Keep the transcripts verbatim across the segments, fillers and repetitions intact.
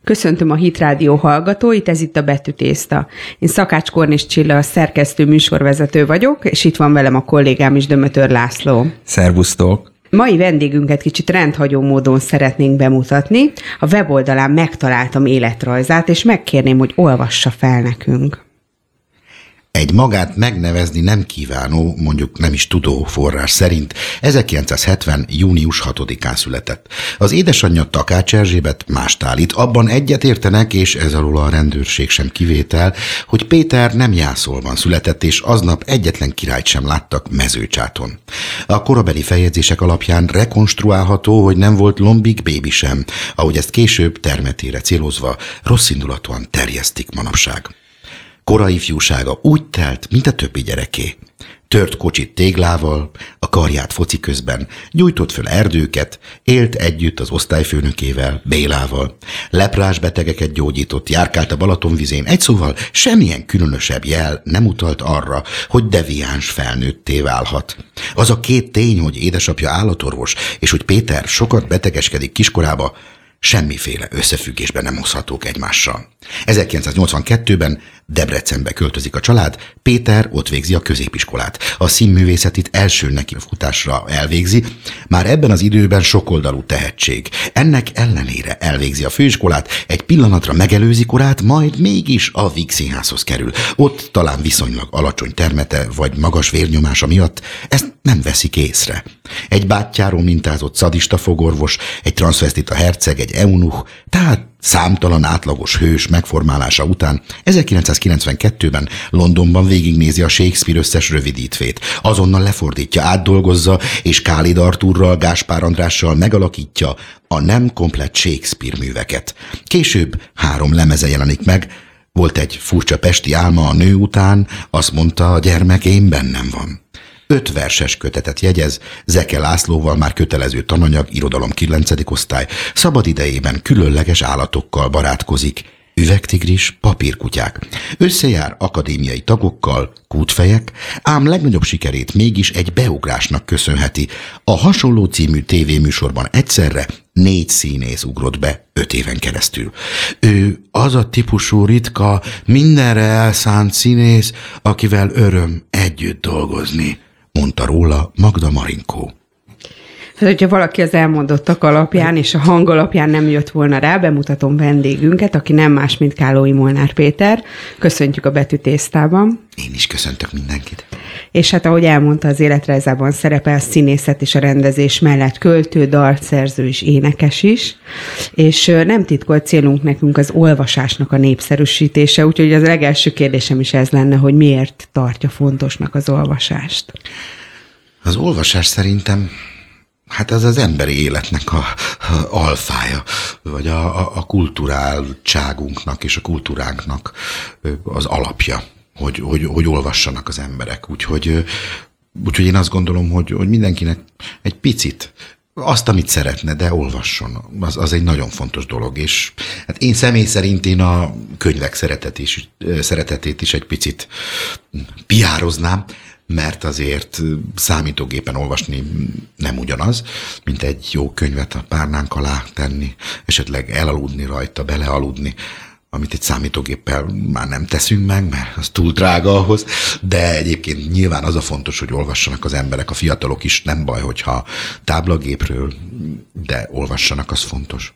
Köszöntöm a Hit Rádió hallgatóit, ez itt a Betűtészta. Én Szakács Kornis Csilla, szerkesztő műsorvezető vagyok, és itt van velem a kollégám is, Dömötör László. Szervusztok! Mai vendégünket kicsit rendhagyó módon szeretnénk bemutatni. A weboldalán megtaláltam életrajzát, és megkérném, hogy olvassa fel nekünk. Egy magát megnevezni nem kívánó, mondjuk nem is tudó forrás szerint ezerkilencszázhetven. június hatodikán született. Az édesanyja Takács Erzsébet mást állít, abban egyet értenek, és ez alól a rendőrség sem kivétel, hogy Péter nem Jászolban született, és aznap egyetlen királyt sem láttak Mezőcsáton. A korabeli feljegyzések alapján rekonstruálható, hogy nem volt lombik bébi sem, ahogy ezt később termetére célozva rosszindulatúan terjesztik manapság. Korai ifjúsága úgy telt, mint a többi gyereké. Tört kocsit téglával, a karját foci közben, gyújtott föl erdőket, élt együtt az osztályfőnökével, Bélával. Leprás betegeket gyógyított, járkált a Balatonvizén, egy szóval semmilyen különösebb jel nem utalt arra, hogy deviáns felnőtté válhat. Az a két tény, hogy édesapja állatorvos, és hogy Péter sokat betegeskedik kiskorába, semmiféle összefüggésben nem hozhatók egymással. ezerkilencszáznyolcvankettőben Debrecenbe költözik a család, Péter ott végzi a középiskolát. A színművészetit első nekifutásra elvégzi, már ebben az időben sokoldalú tehetség. Ennek ellenére elvégzi a főiskolát, egy pillanatra megelőzi korát, majd mégis a Víg Színházhoz kerül. Ott talán viszonylag alacsony termete vagy magas vérnyomása miatt ezt nem veszik észre. Egy bátyjáról mintázott szadista fogorvos, egy transzvesztita herceg, egy eunuch, tehát számtalan átlagos hős megformálása után ezerkilencszázkilencvenkettőben Londonban végignézi a Shakespeare összes rövidítvét. Azonnal lefordítja, átdolgozza, és Kálid Artúrral, Gáspár Andrással megalakítja a nem komplett Shakespeare műveket. Később három lemeze jelenik meg. Volt egy furcsa pesti álma a nő után, azt mondta, a gyermek én bennem van. Öt verses kötetet jegyez, Zeke Lászlóval már kötelező tananyag, irodalom kilencedik osztály, szabad idejében különleges állatokkal barátkozik, üvegtigris, papírkutyák. Összejár akadémiai tagokkal, kútfejek, ám legnagyobb sikerét mégis egy beugrásnak köszönheti. A Hasonló című tévéműsorban egyszerre négy színész ugrott be öt éven keresztül. Ő az a típusú ritka, mindenre elszánt színész, akivel öröm együtt dolgozni, mondta róla Magda Marinkó. Hát, hogyha valaki az elmondottak alapján és a hang alapján nem jött volna rá, bemutatom vendégünket, aki nem más, mint Kállói Molnár Péter. Köszöntjük a Betűtésztában. Én is köszöntök mindenkit. És hát ahogy elmondta, az életrajzában szerepel színészet és a rendezés mellett költő, dalszerző és énekes is. És nem titkolt célunk nekünk az olvasásnak a népszerűsítése, úgyhogy az legelső kérdésem is ez lenne, hogy miért tartja fontosnak az olvasást? Az olvasás szerintem hát az az emberi életnek a, a alfája, vagy a, a, a kulturáltságunknak és a kultúránknak az alapja, hogy, hogy, hogy olvassanak az emberek. Úgyhogy, úgyhogy én azt gondolom, hogy, hogy mindenkinek egy picit azt, amit szeretne, de olvasson. Az, az egy nagyon fontos dolog, és hát én személy szerint én a könyvek szeretet is, szeretetét is egy picit piároznám, mert azért számítógépen olvasni nem ugyanaz, mint egy jó könyvet a párnánk alá tenni, esetleg elaludni rajta, belealudni, amit egy számítógéppel már nem teszünk meg, mert az túl drága ahhoz, de egyébként nyilván az a fontos, hogy olvassanak az emberek, a fiatalok is, nem baj, hogyha táblagépről, de olvassanak, az fontos.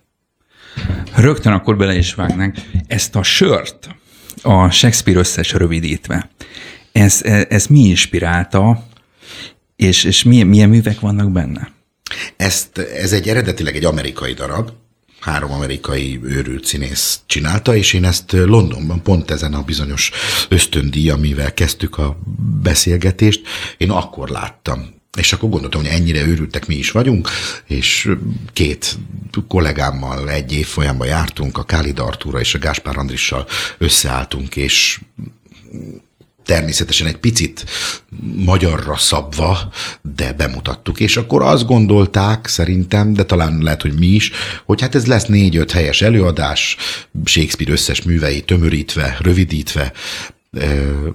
Rögtön akkor bele is vágnánk. Ezt a sört, a Shakespeare összes rövidítve, Ez, ez mi inspirálta, és, és milyen, milyen művek vannak benne? Ezt, ez egy eredetileg egy amerikai darab, három amerikai őrült színész csinálta, és én ezt Londonban, pont ezen a bizonyos ösztöndíj, amivel kezdtük a beszélgetést, én akkor láttam. És akkor gondoltam, hogy ennyire őrültek mi is vagyunk, és két kollégámmal egy évfolyamban jártunk, a Kálid Artúrral és a Gáspár Andrissal összeálltunk, és természetesen egy picit magyarra szabva, de bemutattuk, és akkor azt gondolták szerintem, de talán lehet, hogy mi is, hogy hát ez lesz négy-öt helyes előadás, Shakespeare összes művei tömörítve, rövidítve,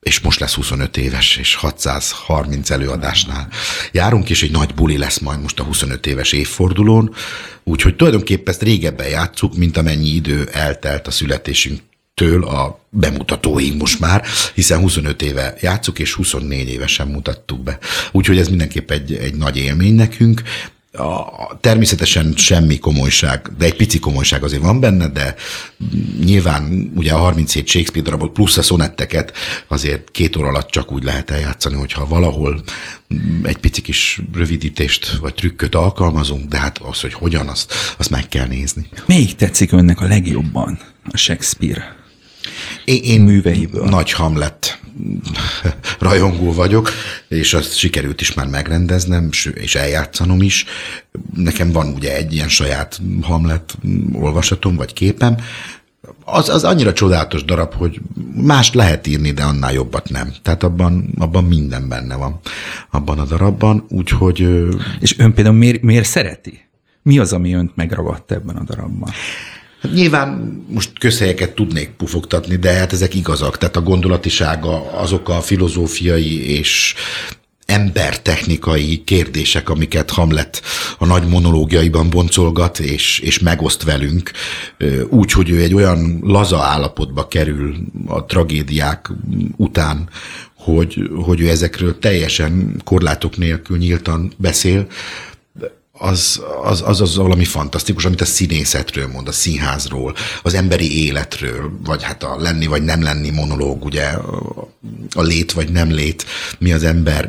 és most lesz huszonöt éves, és hatszázharminc előadásnál járunk, és egy nagy buli lesz majd most a huszonöt éves évfordulón, úgyhogy tulajdonképpen ezt régebben játsszuk, mint amennyi idő eltelt a születésünktől a bemutatóink most már, hiszen huszonöt éve játsszuk, és huszonnégy évesen mutattuk be. Úgyhogy ez mindenképp egy, egy nagy élmény nekünk. A, természetesen semmi komolyság, de egy pici komolyság azért van benne, de nyilván ugye a harminchét Shakespeare darabot plusz a szonetteket azért két óra alatt csak úgy lehet eljátszani, hogyha valahol egy pici kis rövidítést vagy trükköt alkalmazunk, de hát az, hogy hogyan, azt, azt meg kell nézni. Melyik tetszik önnek a legjobban a Shakespeare Én, én műveiből? Nagy Hamlet rajongó vagyok, és azt sikerült is már megrendeznem, és eljátszanom is. Nekem van ugye egy ilyen saját Hamlet olvasatom, vagy képem. Az, az annyira csodálatos darab, hogy mást lehet írni, de annál jobbat nem. Tehát abban, abban minden benne van, abban a darabban, úgyhogy... És ön például miért, miért szereti? Mi az, ami önt megragadt ebben a darabban? Nyilván most közhelyeket tudnék pufogtatni, de hát ezek igazak. Tehát a gondolatisága, azok a filozófiai és embertechnikai kérdések, amiket Hamlet a nagy monológiaiban boncolgat, és, és megoszt velünk, úgy, hogy ő egy olyan laza állapotba kerül a tragédiák után, hogy, hogy ő ezekről teljesen korlátok nélkül nyíltan beszél, Az, az, az, az valami fantasztikus, amit a színészetről mond, a színházról, az emberi életről, vagy hát a lenni vagy nem lenni monológ, ugye a lét vagy nem lét, mi az ember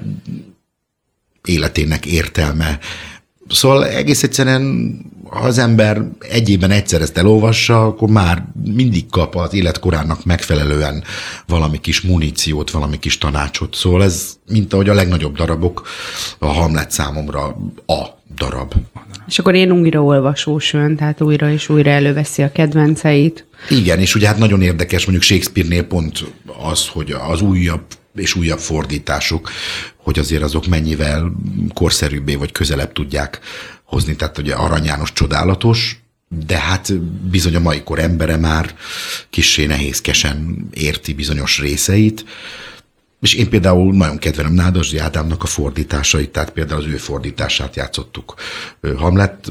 életének értelme. Szóval egész egyszerűen, ha az ember egy évben egyszer ezt elolvassa, akkor már mindig kap az életkorának megfelelően valami kis muníciót, valami kis tanácsot. Szóval ez, mint ahogy a legnagyobb darabok, a Hamlet számomra a darab. És akkor én újraolvasós ön, tehát újra és újra előveszi a kedvenceit. Igen, és ugye hát nagyon érdekes mondjuk Shakespeare-nél pont az, hogy az újabb és újabb fordítások, hogy azért azok mennyivel korszerűbbé vagy közelebb tudják hozni. Tehát ugye Arany János csodálatos, de hát bizony a mai kor embere már kissé nehézkesen érti bizonyos részeit. És én például nagyon kedvelem Nádasdy Ádámnak a fordításait, tehát például az ő fordítását játszottuk Hamlet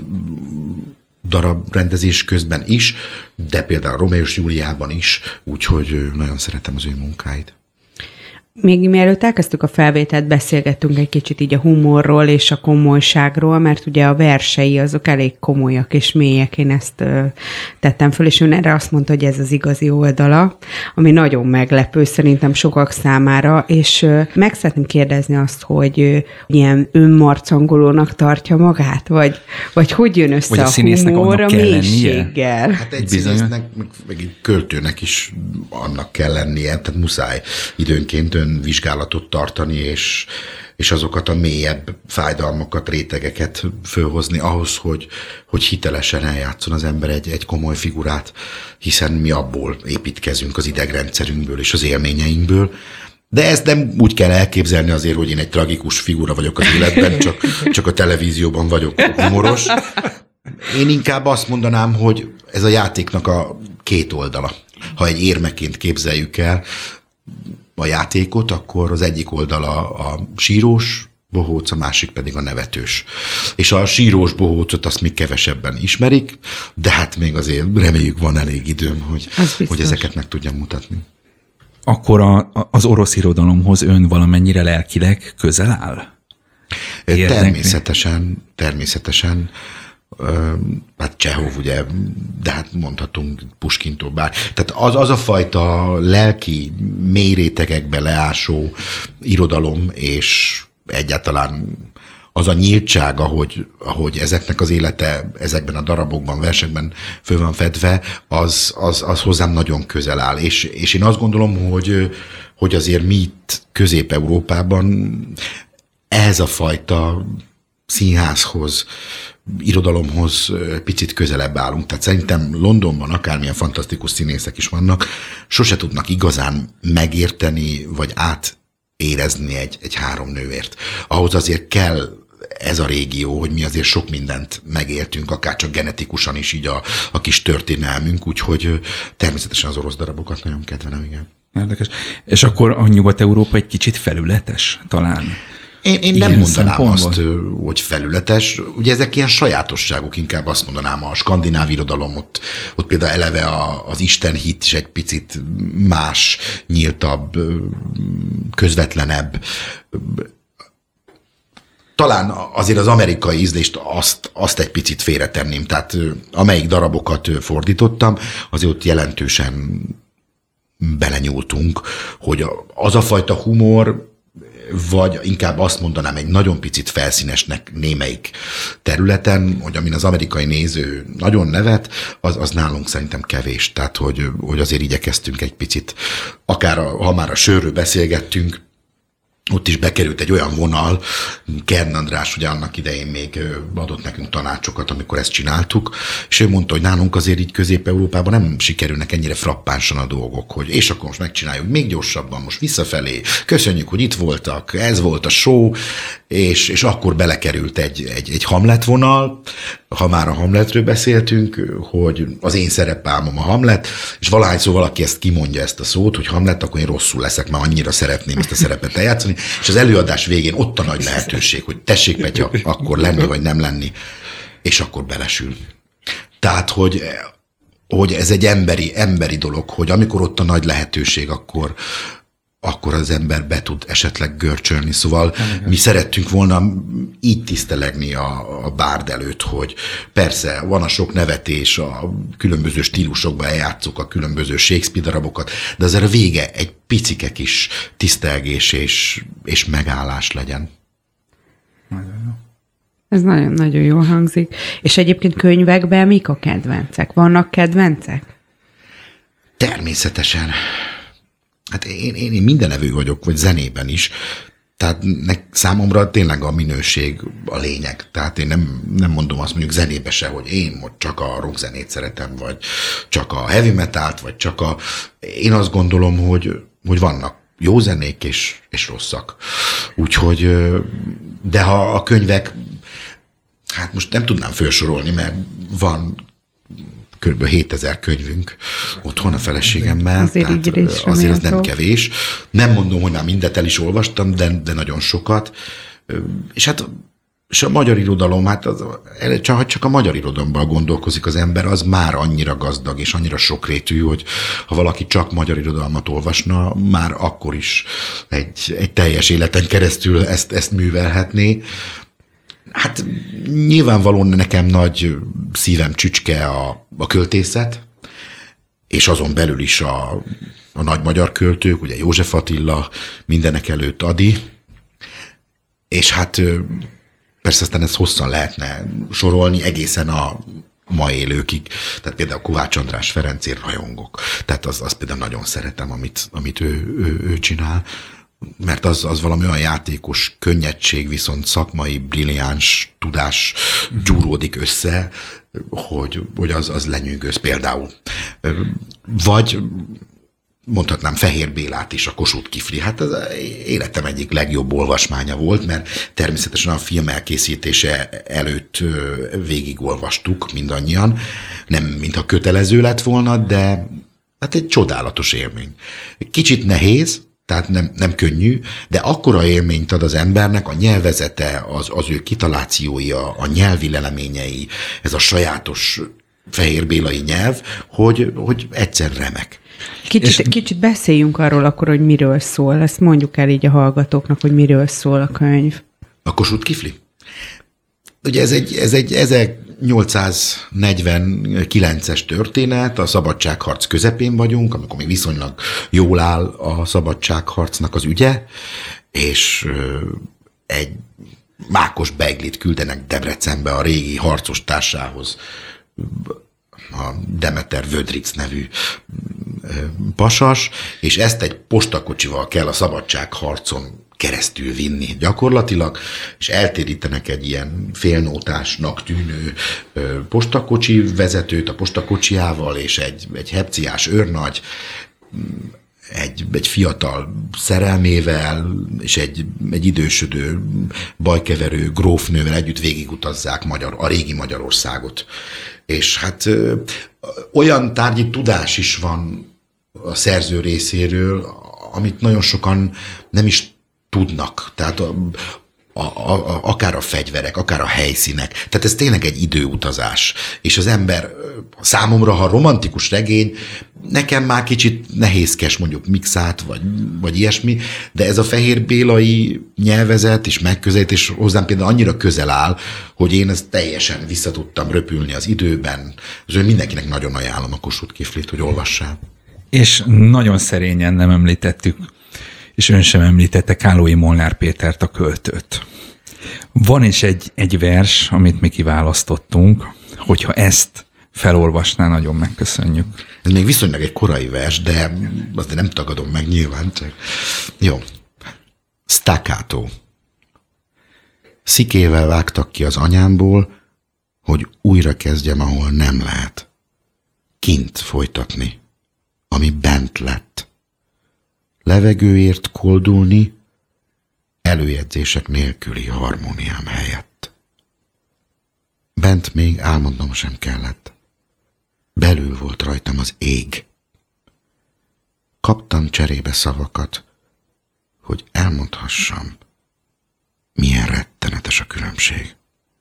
darab rendezés közben is, de például Rómeó és Júliában is, úgyhogy nagyon szeretem az ő munkáit. Még mielőtt elkezdtük a felvételt, beszélgettünk egy kicsit így a humorról és a komolyságról, mert ugye a versei azok elég komolyak és mélyek, én ezt ö, tettem föl, és ön erre azt mondta, hogy ez az igazi oldala, ami nagyon meglepő szerintem sokak számára, és ö, meg szeretném kérdezni azt, hogy ö, ilyen önmarcangolónak tartja magát, vagy, vagy hogy jön össze a, a humor a mélységgel? Hát egy színésznek, meg egy költőnek is annak kell lennie, tehát muszáj időnként vizsgálatot tartani, és, és azokat a mélyebb fájdalmakat, rétegeket fölhozni ahhoz, hogy, hogy hitelesen eljátszon az ember egy, egy komoly figurát, hiszen mi abból építkezünk, az idegrendszerünkből és az élményeinkből. De ezt nem úgy kell elképzelni azért, hogy én egy tragikus figura vagyok az életben, csak, csak a televízióban vagyok humoros. Én inkább azt mondanám, hogy ez a játéknak a két oldala. Ha egy érmeként képzeljük el a játékot, akkor az egyik oldala a sírós bohóc, a másik pedig a nevetős. És a sírós bohócot azt még kevesebben ismerik, de hát még azért reméljük van elég időm, hogy, hogy ezeket meg tudjam mutatni. Akkor a, az orosz irodalomhoz ön valamennyire lelkileg közel áll? Érdekli? Természetesen, természetesen. Hát Csehov, ugye, de hát mondhatunk Puskintól bár. Tehát az, az a fajta lelki, mély rétegekbe leásó irodalom, és egyáltalán az a nyíltság, ahogy, ahogy ezeknek az élete ezekben a darabokban, versekben föl van fedve, az, az, az hozzám nagyon közel áll. És, és én azt gondolom, hogy, hogy azért mi itt Közép-Európában ehhez a fajta színházhoz, irodalomhoz picit közelebb állunk. Tehát szerintem Londonban akármilyen fantasztikus színészek is vannak, sose tudnak igazán megérteni, vagy átérezni egy, egy három nővért. Ahhoz azért kell ez a régió, hogy mi azért sok mindent megéltünk, akár csak genetikusan is így a, a kis történelmünk, úgyhogy természetesen az orosz darabokat nagyon kedvelem, igen. Érdekes. És akkor a Nyugat-Európa egy kicsit felületes talán? Én, én nem mondanám azt, hogy felületes. Ugye ezek ilyen sajátosságok, inkább azt mondanám, a skandináv irodalom, ott, ott például eleve a, az istenhit is egy picit más, nyíltabb, közvetlenebb. Talán azért az amerikai ízlést azt, azt egy picit félretenném. Tehát amelyik darabokat fordítottam, azért ott jelentősen belenyúltunk, hogy az a fajta humor, vagy inkább azt mondanám, egy nagyon picit felszínesnek némelyik területen, hogy amin az amerikai néző nagyon nevet, az, az nálunk szerintem kevés. Tehát, hogy, hogy azért igyekeztünk egy picit, akár a, ha már a sörről beszélgettünk, ott is bekerült egy olyan vonal, Kern András ugye annak idején még adott nekünk tanácsokat, amikor ezt csináltuk, és ő mondta, hogy nálunk azért így Közép-Európában nem sikerülnek ennyire frappánsan a dolgok, hogy és akkor most megcsináljuk még gyorsabban, most visszafelé, köszönjük, hogy itt voltak, ez volt a show, és, és akkor belekerült egy, egy, egy Hamlet vonal, ha már a Hamletről beszéltünk, hogy az én szerepálmom a Hamlet, és valahányszor valaki ezt kimondja ezt a szót, hogy Hamlet, akkor én rosszul leszek, mert annyira szeretném ezt a szerepet eljátszani, és az előadás végén ott a nagy lehetőség, hogy tessék, Petya, akkor lenni, vagy nem lenni, és akkor belesül. Tehát, hogy, hogy ez egy emberi, emberi dolog, hogy amikor ott a nagy lehetőség, akkor, akkor az ember be tud esetleg görcsölni. Szóval mi szerettünk volna így tisztelegni a, a bárd előtt, hogy persze van a sok nevetés, a különböző stílusokban eljátszuk a különböző Shakespeare darabokat, de azért a vége egy picike kis tisztelgés és, és megállás legyen. Nagyon jó. Ez nagyon-nagyon jól hangzik. És egyébként könyvekben mik a kedvencek? Vannak kedvencek? Természetesen. Hát én, én, én mindenevő vagyok, vagy zenében is. Tehát ne, számomra tényleg a minőség a lényeg. Tehát én nem, nem mondom azt mondjuk zenébe se, hogy én most csak a rockzenét szeretem, vagy csak a heavy metalt, vagy csak a... Én azt gondolom, hogy, hogy vannak jó zenék és, és rosszak. Úgyhogy, de ha a könyvek, hát most nem tudnám felsorolni, mert van kb. hétezer könyvünk otthon a feleségemmel, azért, tehát azért ez nem kevés. Nem mondom, hogy már mindet el is olvastam, de, de nagyon sokat. És hát és a magyar irodalom, hát az, csak, csak a magyar irodalomban gondolkozik az ember, az már annyira gazdag és annyira sokrétű, hogy ha valaki csak magyar irodalmat olvasna, már akkor is egy, egy teljes életen keresztül ezt, ezt művelhetné. Hát nyilvánvalóan nekem nagy szívem csücske a, a költészet, és azon belül is a, a nagy magyar költők, ugye József Attila, mindenek előtt Ady, és hát persze aztán ezt hosszan lehetne sorolni egészen a ma élőkig. Tehát például Kovács András Ferencért rajongok. Tehát az, az például nagyon szeretem, amit, amit ő, ő, ő csinál, mert az, az valami olyan játékos könnyedség, viszont szakmai, brilliáns tudás gyúródik össze, hogy, hogy az, az lenyűgöz például. Vagy mondhatnám Fehér Bélát is, a Kossuth Kifli. Hát az életem egyik legjobb olvasmánya volt, mert természetesen a film elkészítése előtt végigolvastuk mindannyian. Nem mintha kötelező lett volna, de hát egy csodálatos élmény. Kicsit nehéz, tehát nem, nem könnyű, de akkora élményt ad az embernek, a nyelvezete, az, az ő kitalációja, a nyelvi leleményei, ez a sajátos Fehér Bélai nyelv, hogy, hogy egyszer remek. Kicsit, és... kicsit beszéljünk arról akkor, hogy miről szól. Ezt mondjuk el így a hallgatóknak, hogy miről szól a könyv. A Kossuth Kifli? Ugye ez egy, ez egy ezernyolcszáznegyvenkilences történet, a szabadságharc közepén vagyunk, amikor még viszonylag jól áll a szabadságharcnak az ügye, és egy mákos beiglit küldenek Debrecenbe a régi harcos társához, a Demeter Vödric nevű pasas, és ezt egy postakocsival kell a szabadságharcon keresztül vinni gyakorlatilag, és eltérítenek egy ilyen félnótásnak tűnő postakocsi vezetőt a postakocsiával, és egy, egy hepciás őrnagy, egy, egy fiatal szerelmével, és egy, egy idősödő, bajkeverő grófnővel együtt végigutazzák Magyar, a régi Magyarországot. És hát ö, olyan tárgyi tudás is van a szerző részéről, amit nagyon sokan nem is tudnak. Tehát a, a, a, akár a fegyverek, akár a helyszínek. Tehát ez tényleg egy időutazás. És az ember számomra, ha romantikus regény, nekem már kicsit nehézkes mondjuk mixát, vagy, vagy ilyesmi, de ez a Fehér Bélai nyelvezet és megközelítés hozzám például annyira közel áll, hogy én ezt teljesen vissza tudtam röpülni az időben. És mindenkinek nagyon ajánlom a Kossuth Kiflit, hogy olvassál. És nagyon szerényen nem említettük, és ön sem említette Kálói Molnár Pétert, a költőt. Van is egy, egy vers, amit mi kiválasztottunk, hogyha ezt felolvasná, nagyon megköszönjük. Ez még viszonylag egy korai vers, de azért nem tagadom meg nyilván. Csak. Jó. Staccato. Szikével vágtak ki az anyámból, hogy újra kezdjem, ahol nem lehet. Kint folytatni, ami bent lett. Levegőért koldulni, előjegyzések nélküli harmóniám helyett. Bent még álmodnom sem kellett. Belül volt rajtam az ég. Kaptam cserébe szavakat, hogy elmondhassam, milyen rettenetes a különbség.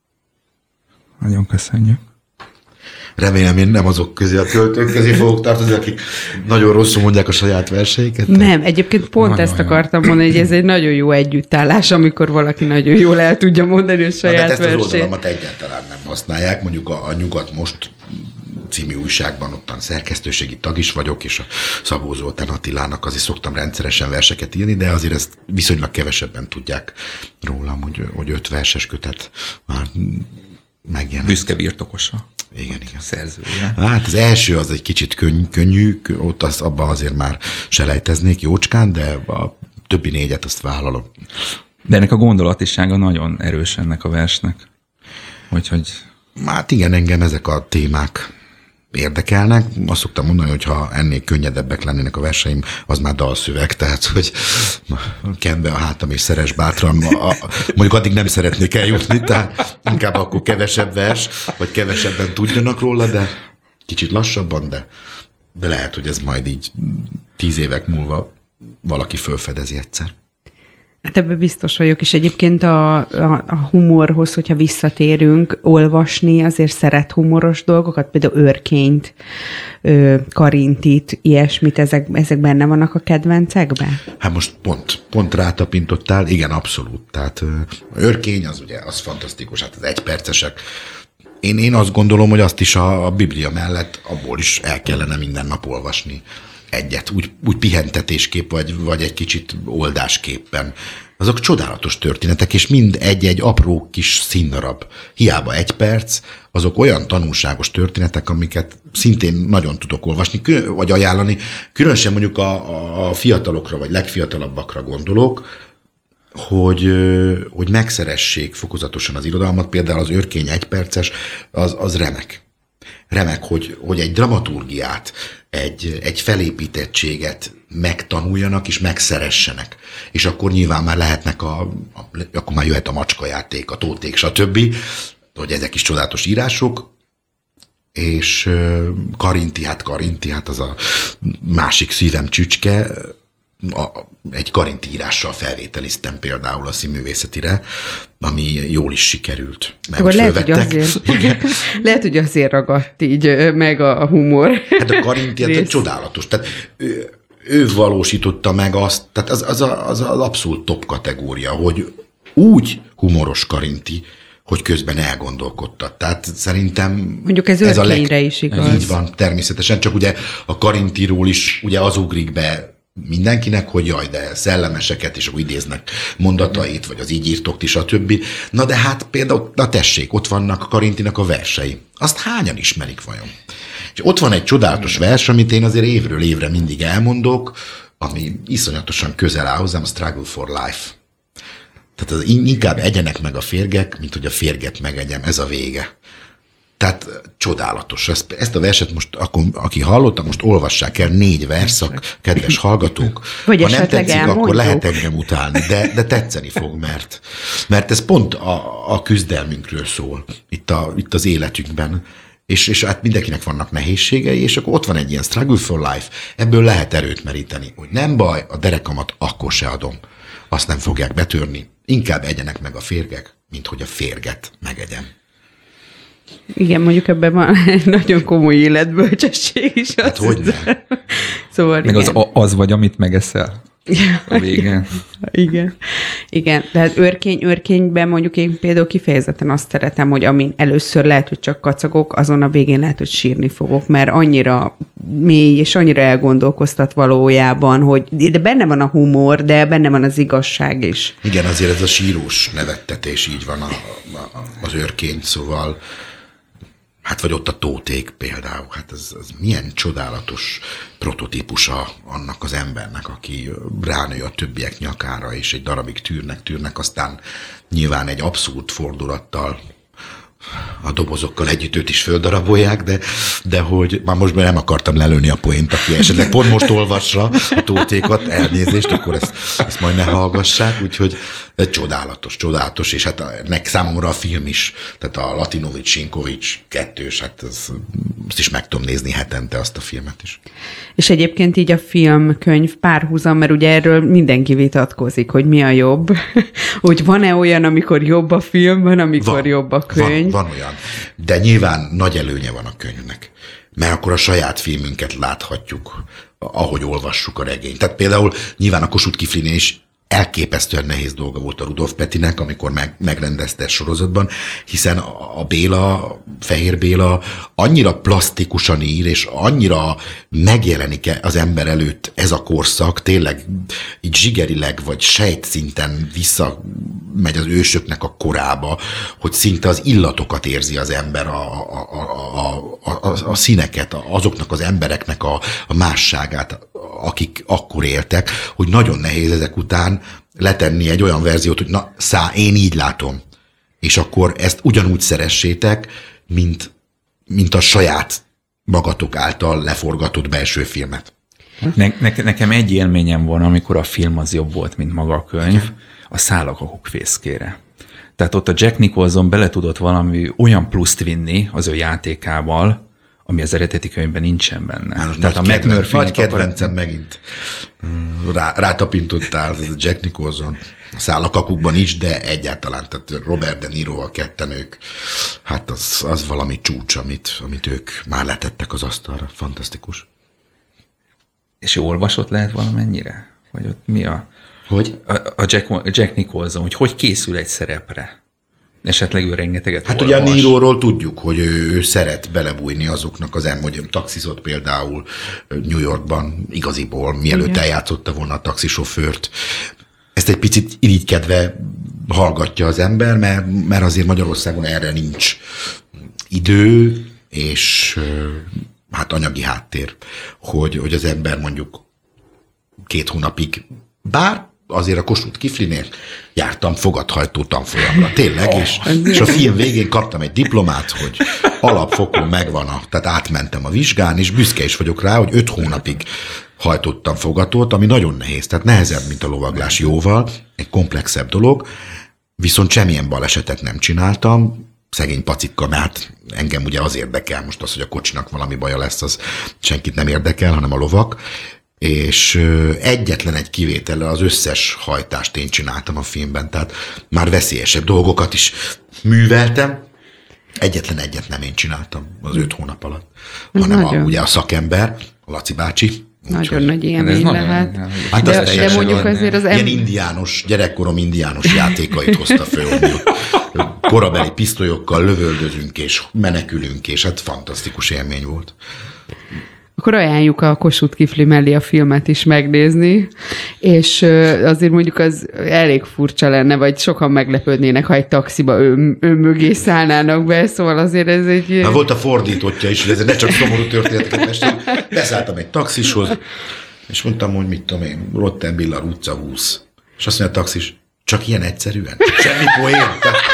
Nagyon köszönjük. Remélem, én nem azok közé, a költők közé fogok tartozni, akik nagyon rosszul mondják a saját verseiket. Nem, egyébként pont nagyon ezt akartam mondani, hogy ez egy nagyon jó együttállás, amikor valaki nagyon jól el tudja mondani a saját versét. Ezt az versét. oldalamat egyáltalán nem használják. Mondjuk a, a Nyugat Most című újságban ottan szerkesztőségi tag is vagyok, és a Szabó Zoltán Attilának azért szoktam rendszeresen verseket írni, de azért ezt viszonylag kevesebben tudják rólam, hogy, hogy öt verses kötet már megjelent. Büszke birtokosa. Igen, igen. Szerzője. Hát az első az egy kicsit könny, könnyű, ott az, abban azért már selejteznék jócskán, de a többi négyet azt vállalom. De ennek a gondolatisága nagyon erős ennek a versnek. Úgyhogy... Hát igen, engem ezek a témák érdekelnek. Azt szoktam mondani, hogy ha ennél könnyedebbek lennének a verseim, az már dalszöveg, tehát hogy kend be a hátam és szeres bátran. A, mondjuk addig nem szeretnék eljutni, tehát inkább akkor kevesebb vers, vagy kevesebben tudjanak róla, de kicsit lassabban, de, de lehet, hogy ez majd így tíz évek múlva valaki felfedezi egyszer. Hát ebben biztos vagyok, és egyébként a, a, a humorhoz, hogyha visszatérünk, olvasni azért szeret humoros dolgokat, például Őrkényt, Karintit, ilyesmit, ezek, ezek benne vannak a kedvencekben? Hát most pont, pont rátapintottál, igen, abszolút. Tehát Őrkény az ugye, az fantasztikus, hát az egypercesek. Én, én azt gondolom, hogy azt is a, a Biblia mellett abból is el kellene minden nap olvasni egyet, úgy, úgy pihentetésképp, vagy, vagy egy kicsit oldásképpen. Azok csodálatos történetek, és mind egy-egy apró kis színdarab. Hiába egy perc, azok olyan tanulságos történetek, amiket szintén nagyon tudok olvasni, vagy ajánlani. Különösen mondjuk a, a fiatalokra, vagy legfiatalabbakra gondolok, hogy, hogy megszeressék fokozatosan az irodalmat. Például az Őrkény egyperces, az, az remek. Remek, hogy, hogy egy dramaturgiát, egy, egy felépítettséget megtanuljanak és megszeressenek. És akkor nyilván már lehetnek a, a akkor már jöhet a macskajáték, a tóték, stb., hogy ezek is csodálatos írások, és Karinti, hát Karinti, hát az a másik szívem csücske, a, egy Karinti írással felvételiztem például a színművészetire, ami jól is sikerült. Akkor lehet, hogy azért, lehet, hogy azért ragadt így meg a humor. Hát a Karinti hát csodálatos. Tehát ő, ő valósította meg azt, tehát az, az, a, az az abszolút top kategória, hogy úgy humoros Karinti, hogy közben elgondolkodtat. Tehát szerintem mondjuk ez, ez Őrkényre leg... is igaz. Így van, természetesen, csak ugye a Karintiról is ugye az ugrik be mindenkinek, hogy jaj, de szellemeseket is idéznek mondatait, vagy az így írtok is, stb. Na de hát például, na tessék, ott vannak Karintinak a versei. Azt hányan ismerik vajon? És ott van egy csodálatos vers, amit én azért évről évre mindig elmondok, ami iszonyatosan közel áll hozzám, a Struggle for Life. Tehát az inkább egyenek meg a férgek, mint hogy a férget megegyem, ez a vége. Tehát csodálatos. Ezt, ezt a verset most, akkor, aki hallotta, most olvassák el, négy verszak, kedves hallgatók. Vagy ha nem tetszik, elmondjuk. Akkor lehet engem utálni, de, de tetszeni fog, mert, mert ez pont a, a küzdelmünkről szól, itt, a, itt az életünkben. és, és hát mindenkinek vannak nehézségei, és akkor ott van egy ilyen struggle for life, ebből lehet erőt meríteni, hogy nem baj, a derekamat akkor se adom, azt nem fogják betörni, inkább egyenek meg a férgek, mint hogy a férget megegyem. Igen, mondjuk ebben van egy nagyon komoly életbölcsesség is. Hát hogyne. Szóval meg igen. az, az vagy, amit megeszel a végén. Igen. Igen. De hát őrkény, őrkényben mondjuk én például kifejezetten azt szeretem, hogy amin először lehet, hogy csak kacagok, azon a végén lehet, hogy sírni fogok, mert annyira mély és annyira elgondolkoztat valójában, hogy de benne van a humor, de benne van az igazság is. Igen, azért ez a sírós nevettetés így van a, a, az őrkény, szóval hát vagy ott a tóték például, hát ez, ez milyen csodálatos prototípusa annak az embernek, aki ránő a többiek nyakára, és egy darabig tűrnek, tűrnek, aztán nyilván egy abszurd fordulattal a dobozokkal együtt őt is földarabolják, de, de hogy már most nem akartam lelőni a poént, aki esetleg pont most olvassa a tótékat, elnézést, akkor ezt, ezt majd ne hallgassák, úgyhogy csodálatos, csodálatos, és hát nek számomra a film is, tehát a Latinovics, Sinkovics kettős, hát ez, azt is meg tudom nézni hetente azt a filmet is. És egyébként így a film-könyv párhuzam, mert ugye erről mindenki vitatkozik, hogy mi a jobb, hogy van-e olyan, amikor jobb a film, van, amikor van, jobb a könyv. Van, van olyan, de nyilván nagy előnye van a könyvnek, mert akkor a saját filmünket láthatjuk, ahogy olvassuk a regényt. Tehát például nyilván a Kossuth Kiflinél is elképesztően nehéz dolga volt a Rudolf Petinek, amikor meg, megrendezte sorozatban, hiszen a Béla, Fehér Béla annyira plastikusan ír, és annyira megjelenik az ember előtt ez a korszak, tényleg így zsigerileg, vagy sejtszinten visszamegy az ősöknek a korába, hogy szinte az illatokat érzi az ember, a, a, a, a, a, a színeket, azoknak az embereknek a, a másságát, akik akkor éltek, hogy nagyon nehéz ezek után letenni egy olyan verziót, hogy na, szá, én így látom, és akkor ezt ugyanúgy szeressétek, mint, mint a saját magatok által leforgatott belső filmet. Ne, ne, nekem egy élményem van, amikor a film az jobb volt, mint maga a könyv, a Szállak a húgfészkére. Tehát ott a Jack Nicholson bele tudott valami olyan pluszt vinni az ő játékával, ami az eredeti könyvben nincsen benne. Hát, Tehát nagy a kedvenc, nagy kedvencem akar... megint rá, rátapintottál, ez a Jack Nicholson. Száll a kakukban is, de egyáltalán, tehát Robert De Niroval ketten ők, hát az, az valami csúcs, amit, amit ők már letettek az asztalra. Fantasztikus. És olvasott lehet valamennyire? Vagy ott mi a... Hogy? A, a Jack, Jack Nicholson, hogy hogy készül egy szerepre? Esetleg ő rengeteget Hát olvas. ugye a Niroról tudjuk, hogy ő, ő szeret belebújni azoknak az ember, hogy taxizott például New Yorkban igaziból, mielőtt igen. eljátszotta volna a taxisofőrt. Ezt egy picit irigykedve hallgatja az ember, mert, mert azért Magyarországon erre nincs idő, és hát anyagi háttér, hogy, hogy az ember mondjuk két hónapig, bár azért a Kossuth Kiflinél jártam fogadhajtó tanfolyamra, tényleg, oh, és, és a film végén kaptam egy diplomát, hogy alapfokon megvan, a, tehát átmentem a vizsgán, és büszke is vagyok rá, hogy öt hónapig hajtottam fogatót, ami nagyon nehéz, tehát nehezebb, mint a lovaglás jóval, egy komplexebb dolog, viszont semmilyen balesetet nem csináltam, szegény pacikka, mert engem ugye az érdekel, most az, hogy a kocsinak valami baja lesz, az senkit nem érdekel, hanem a lovak, és egyetlen egy kivétellel az összes hajtást én csináltam a filmben, tehát már veszélyesebb dolgokat is műveltem, egyetlen egyet nem én csináltam az öt hónap alatt, hanem a, ugye a szakember, a Laci bácsi. Nagyon úgy, nagy élmény lehet. Hát de, de, de mondjuk azért az... Ilyen indiános, gyerekkorom indiános játékait hozta föl, hogy korabeli pisztolyokkal lövöldözünk és menekülünk, és hát fantasztikus élmény volt. Akkor ajánljuk a Kossuth Kifli mellé a filmet is megnézni, és azért mondjuk az elég furcsa lenne, vagy sokan meglepődnének, ha egy taxiba ő, ő mögé szállnának be, szóval azért ez egy... Na, volt a fordítottja is, hogy ez ne csak szomorú történeteket mesél. Beszálltam egy taxishoz, és mondtam, hogy mit tudom én, Rottenbiller utca húsz. És azt mondja a taxis, csak ilyen egyszerűen? Semmi poén?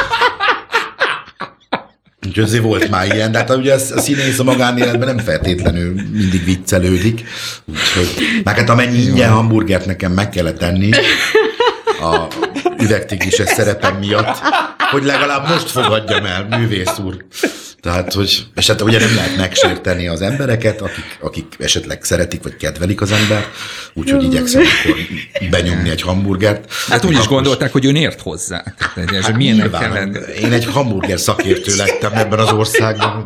Úgyhogy azért volt már ilyen, de hát ugye a színész a magánéletben nem feltétlenül mindig viccelődik. Úgyhogy, meg hát amennyi ingyen hamburgert nekem meg kellett tenni a üvegtigrises szerepem miatt, hogy legalább most fogadjam el, művész úr. Tehát, hogy esetleg ugye nem lehet megsérteni az embereket, akik, akik esetleg szeretik, vagy kedvelik az embert, úgyhogy igyekszem akkor benyomni egy hamburgert. Hát úgy is gondolták, hogy ön ért hozzá. Tehát, ez hát milyennek kell lenni? Én egy hamburger szakértő lettem ebben az országban.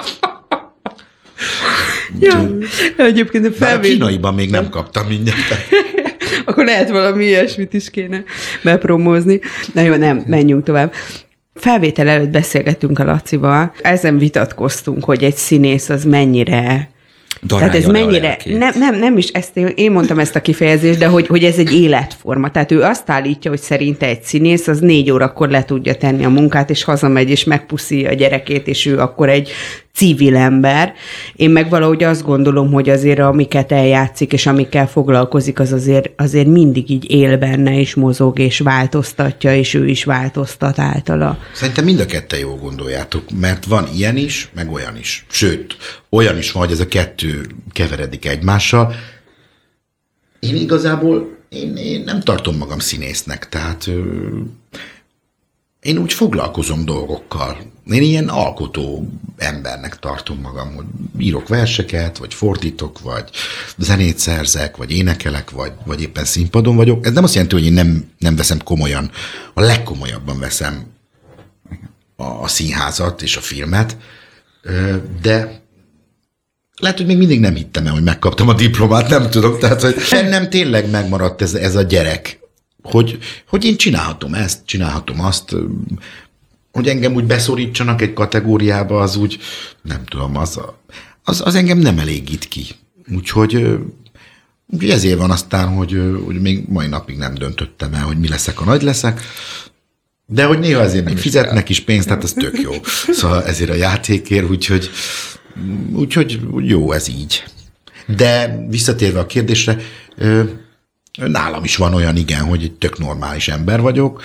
Ja, egyébként a felvét... kínaiban még nem kaptam mindjárt. Akkor lehet valami ilyesmit is kéne bepromózni. Na jó, nem, menjünk tovább. Felvétel előtt beszélgettünk a Lacival, ezen vitatkoztunk, hogy egy színész az mennyire... Darálja tehát ez mennyire... Nem, nem, nem is ezt én, én mondtam ezt a kifejezést, de hogy, hogy ez egy életforma. Tehát ő azt állítja, hogy szerinte egy színész az négy órakor le tudja tenni a munkát, és hazamegy, és megpuszilja a gyerekét, és ő akkor egy civil ember. Én meg valahogy azt gondolom, hogy azért amiket eljátszik, és amikkel foglalkozik, az azért, azért mindig így él benne, és mozog, és változtatja, és ő is változtat általa. Szerintem mind a ketten jól gondoljátok, mert van ilyen is, meg olyan is. Sőt, olyan is van, hogy ez a kettő keveredik egymással. Én igazából én, én nem tartom magam színésznek, tehát ö, én úgy foglalkozom dolgokkal. Én ilyen alkotó embernek tartom magam, hogy írok verseket, vagy fordítok, vagy zenét szerzek, vagy énekelek, vagy, vagy éppen színpadon vagyok. Ez nem azt jelenti, hogy én nem, nem veszem komolyan, a legkomolyabban veszem a, a színházat és a filmet, de lehet, hogy még mindig nem hittem el, hogy megkaptam a diplomát, nem tudom. Tehát, hogy bennem tényleg megmaradt ez, ez a gyerek, hogy, hogy én csinálhatom ezt, csinálhatom azt, hogy engem úgy beszorítsanak egy kategóriába, az úgy, nem tudom, az, az, az engem nem elégít ki. Úgyhogy, úgyhogy ezért van aztán, hogy, hogy még mai napig nem döntöttem el, hogy mi leszek, a nagy leszek, de hogy néha ezért még fizetnek is pénzt, tehát ez tök jó. Szóval ezért a játékért, úgyhogy, úgyhogy jó ez így. De visszatérve a kérdésre, nálam is van olyan, igen, hogy egy tök normális ember vagyok,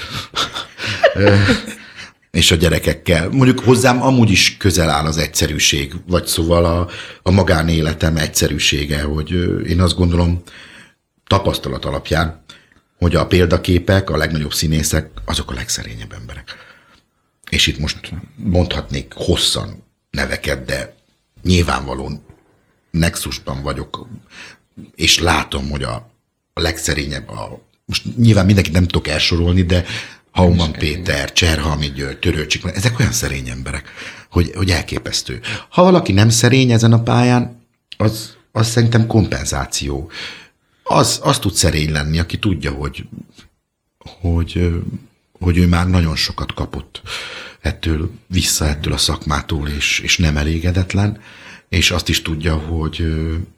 és a gyerekekkel. Mondjuk hozzám amúgy is közel áll az egyszerűség, vagy szóval a, a magánéletem egyszerűsége, hogy én azt gondolom tapasztalat alapján, hogy a példaképek, a legnagyobb színészek, azok a legszerényebb emberek. És itt most mondhatnék hosszan neveket, de nyilvánvalóan nexusban vagyok, és látom, hogy a, a legszerényebb, a, most nyilván mindenkit nem tudok elsorolni, de Hauman Péter, Cserhalmi György, Törőcsik, ezek olyan szerény emberek, hogy, hogy elképesztő. Ha valaki nem szerény ezen a pályán, az, az szerintem kompenzáció. Az, az tud szerény lenni, aki tudja, hogy, hogy, hogy ő már nagyon sokat kapott ettől vissza, ettől a szakmától, és, és nem elégedetlen, és azt is tudja, hogy,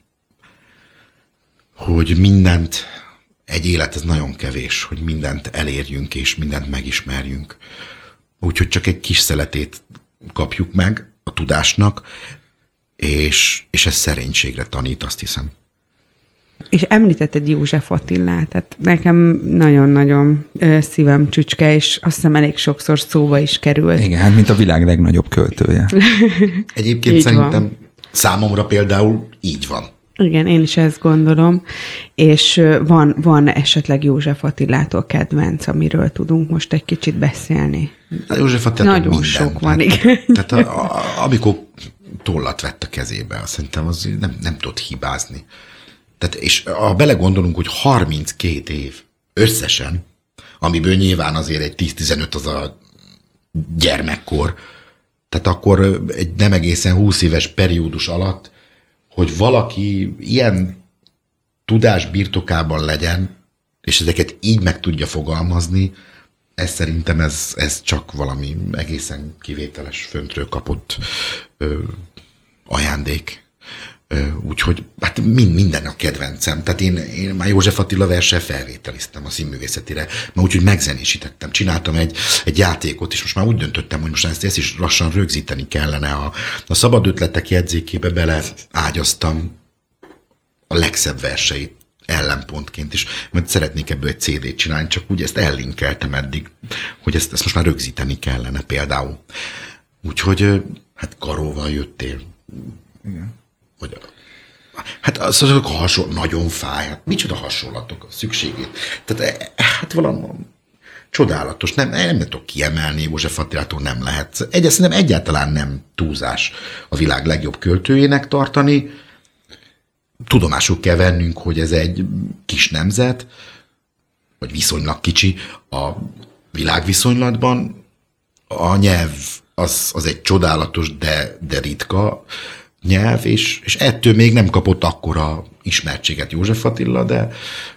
hogy mindent, egy élet ez nagyon kevés, hogy mindent elérjünk, és mindent megismerjünk. Úgyhogy csak egy kis szeletét kapjuk meg a tudásnak, és, és ez szerénységre tanít, azt hiszem. És említetted József Attilát, tehát nekem nagyon-nagyon szívem csücske, és azt hiszem elég sokszor szóba is került. Igen, hát mint a világ legnagyobb költője. Egyébként így szerintem van. Számomra például így van. Igen, én is ezt gondolom, és van, van esetleg József Attilától kedvenc, amiről tudunk most egy kicsit beszélni. A József Attilától nagyon minden. sok van, tehát, igen. Tehát a, a, amikor tollat vett a kezébe, szerintem az nem, nem tudott hibázni. Tehát, és ha belegondolunk, hogy harminckét év összesen, amiből nyilván azért egy tíz-tizenöt az a gyermekkor, tehát akkor egy nem egészen húsz éves periódus alatt, hogy valaki ilyen tudás birtokában legyen, és ezeket így meg tudja fogalmazni, ez szerintem ez, ez csak valami egészen kivételes, föntről kapott ö, ajándék. Úgyhogy hát mind, minden a kedvencem. Tehát én, én már József Attila verssel felvételiztem a színművészetire, mert úgyhogy megzenésítettem. Csináltam egy, egy játékot, és most már úgy döntöttem, hogy most ezt, ezt is lassan rögzíteni kellene. A, a szabad ötletek jegyzékébe beleágyaztam a legszebb verseit ellenpontként is, mert szeretnék ebből egy cé dét csinálni, csak úgy ezt ellinkeltem eddig, hogy ezt, ezt most már rögzíteni kellene például. Úgyhogy hát Karóval jöttél. Igen. Vagy a, hát az, azok a hasonló, nagyon fáj, hát micsoda hasonlatok, a szükségét. Tehát hát valami, csodálatos, nem, nem tudok kiemelni, József Attilától nem lehet. Egyes, szerintem egyáltalán nem túlzás a világ legjobb költőjének tartani. Tudomásul kell vennünk, hogy ez egy kis nemzet, vagy viszonylag kicsi a világviszonylatban. A nyelv az, az egy csodálatos, de, de ritka nyelv, és, és ettől még nem kapott akkora ismertséget József Attila, de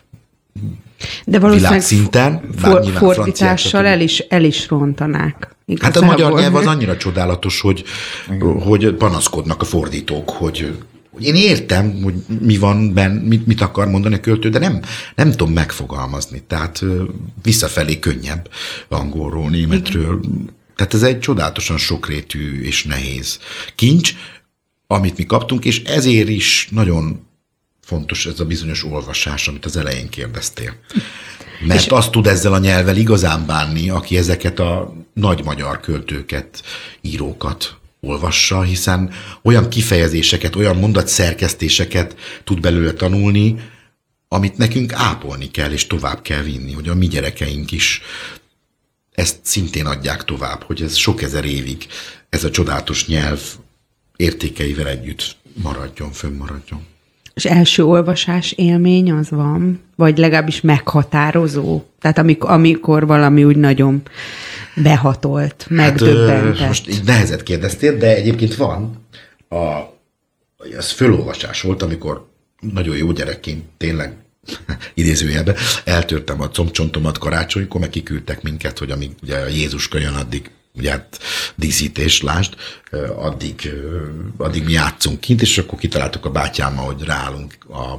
De valószínűleg világszinten, for, fordítással el is, el is rontanák. Igazából. Hát a magyar nyelv az annyira csodálatos, hogy, hogy panaszkodnak a fordítók, hogy, hogy én értem, hogy mi van benne, mit, mit akar mondani a költő, de nem, nem tudom megfogalmazni. Tehát visszafelé könnyebb angolról, németről. Igen. Tehát ez egy csodálatosan sokrétű és nehéz kincs, amit mi kaptunk, és ezért is nagyon fontos ez a bizonyos olvasás, amit az elején kérdeztél. Mert és azt tud ezzel a nyelvvel igazán bánni, aki ezeket a nagy magyar költőket, írókat olvassa, hiszen olyan kifejezéseket, olyan mondatszerkesztéseket tud belőle tanulni, amit nekünk ápolni kell, és tovább kell vinni, hogy a mi gyerekeink is ezt szintén adják tovább, hogy ez sok ezer évig ez a csodálatos nyelv értékeivel együtt maradjon, fönnmaradjon. És első olvasás élmény az van? Vagy legalábbis meghatározó? Tehát amikor, amikor valami úgy nagyon behatolt, megdöbbentett. Hát, most így nehezet kérdeztél, de egyébként van. A, az fölolvasás volt, amikor nagyon jó gyerekként tényleg idézőjelben eltörtem a combcsontomat karácsonykor, meg kiküldtek minket, hogy amíg ugye a Jézuska jön, addig ugye hát díszítés, lásd, addig, addig mi játszunk kint, és akkor kitaláltuk a bátyámmal, hogy ráállunk a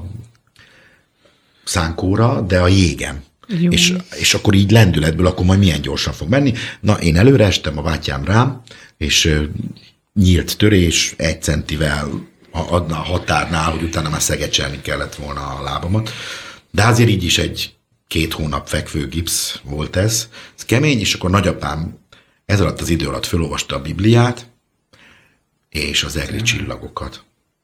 szánkóra, de a jégen. És, és akkor így lendületből, akkor majd milyen gyorsan fog menni. Na, én előre estem, a bátyám rám, és nyílt törés, egy centivel a, a határnál, hogy utána már szegecselni kellett volna a lábamat. De azért így is egy két hónap fekvő gipsz volt ez. Ez kemény, és akkor nagyapám ez alatt az idő alatt felolvasta a Bibliát, és az egri csillagokat.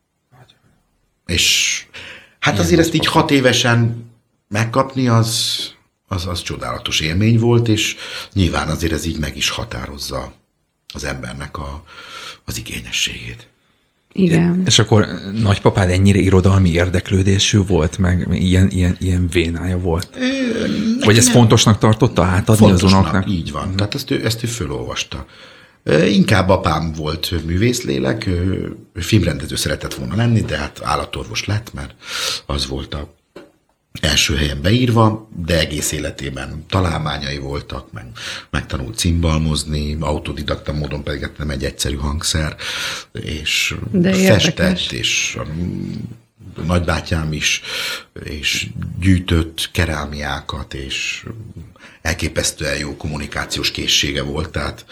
És hát azért ezt így hat évesen megkapni, az, az, az csodálatos élmény volt, és nyilván azért ez így meg is határozza az embernek a, az igényességét. Igen. És akkor nagypapád ennyire irodalmi érdeklődésű volt, meg ilyen, ilyen, ilyen vénája volt? Ö, Vagy ezt nem. fontosnak tartotta átadni fontosnak, az unoknak? Így van. Tehát ezt ő, ezt ő fölolvasta. Inkább apám volt művészlélek, ő filmrendező szeretett volna lenni, de hát állatorvos lett, mert az volt a első helyen beírva, de egész életében találmányai voltak, meg megtanult cimbalmozni, autodidakta módon pedig nem egy egyszerű hangszer, és de festett, érdekes. És a nagybátyám is, és gyűjtött kerámiákat, és elképesztően jó kommunikációs készsége volt, tehát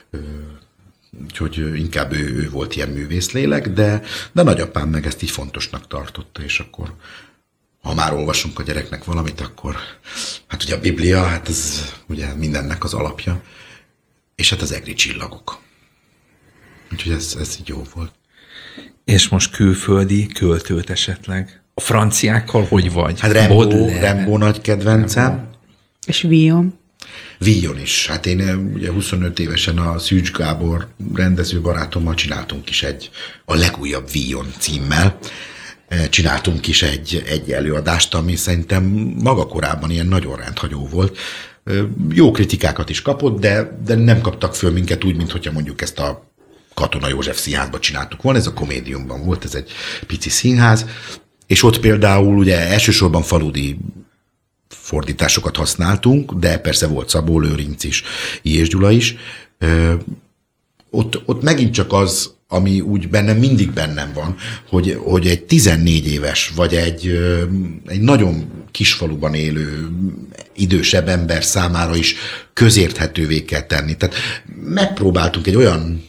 úgyhogy inkább ő, ő volt ilyen művészlélek, de, de nagyapám meg ezt így fontosnak tartotta, és akkor ha már olvasunk a gyereknek valamit, akkor hát ugye a Biblia, hát ez ugye mindennek az alapja, és hát az egri csillagok. Úgyhogy ez, ez így jó volt. És most külföldi költőt esetleg? A franciákkal hogy vagy? Hát Rimbaud, Rimbaud nagy kedvencem. Rimbaud. És Villon? Villon is. Hát én ugye huszonöt évesen a Szűcs Gábor rendező barátommal csináltunk is egy, a legújabb Villon címmel, csináltunk is egy, egy előadást, ami szerintem maga korában ilyen nagyon rendhagyó volt. Jó kritikákat is kapott, de, de nem kaptak föl minket úgy, mint hogyha mondjuk ezt a Katona József Színházban csináltuk volna, ez a Komédiumban volt, ez egy pici színház, és ott például ugye elsősorban faludi fordításokat használtunk, de persze volt Szabó Lőrinc is, Illyés Gyula is. Ö, ott, ott megint csak az, ami úgy bennem mindig bennem van, hogy, hogy egy tizennégy éves, vagy egy, egy nagyon kisfaluban élő idősebb ember számára is közérthetővé kell tenni. Tehát megpróbáltunk egy olyan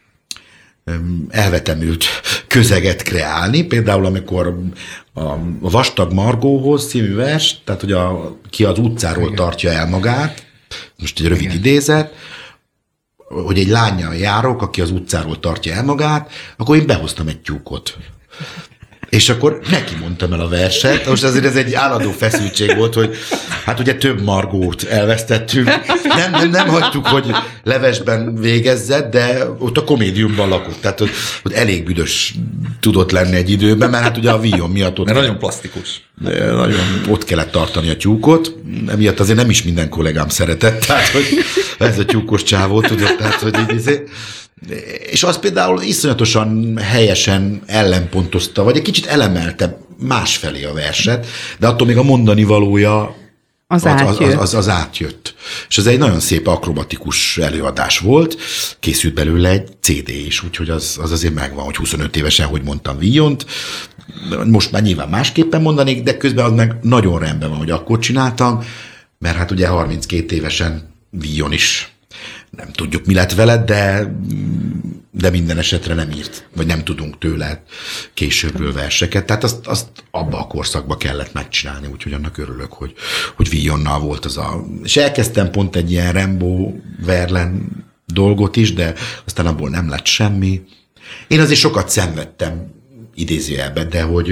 elvetemült közeget kreálni, például amikor a Vastag Margóhoz című vers, tehát hogy a, ki az utcáról igen. tartja el magát, most egy rövid igen. idézet, hogy egy lánnyal járok, aki az utcáról tartja el magát, akkor én behoztam egy tyúkot. És akkor neki mondtam el a verset. Most azért ez egy állandó feszültség volt, hogy hát ugye több Margót elvesztettünk. Nem, nem, nem hagytuk, hogy levesben végezzett, de ott a komédiumban lakott. Tehát ott, ott elég büdös tudott lenni egy időben, mert hát ugye a víjon miatt ott... De nagyon plastikus. Nagyon ott kellett tartani a tyúkot, emiatt azért nem is minden kollégám szeretett, tehát hogy ez a tyúkos csávó, tudod, tehát hogy így... És az például iszonyatosan helyesen ellenpontozta, vagy egy kicsit elemelte másfelé a verset, de attól még a mondani valója az, az, átjött. Az, az, az átjött. És ez egy nagyon szép akrobatikus előadás volt, készült belőle egy cé dé is, úgyhogy az, az azért megvan, hogy huszonöt évesen, hogy mondtam Víjont, most már nyilván másképpen mondanék, de közben az meg nagyon rendben van, hogy akkor csináltam, mert hát ugye harminckét évesen Víjon is nem tudjuk, mi lett veled, de, de minden esetre nem írt, vagy nem tudunk tőle későbbről verseket. Tehát azt, azt abba a korszakba kellett megcsinálni, úgyhogy annak örülök, hogy, hogy Víjonnal volt az a... És elkezdtem pont egy ilyen Rembo Verlen dolgot is, de aztán abból nem lett semmi. Én azért sokat szenvedtem idézőjelben, de hogy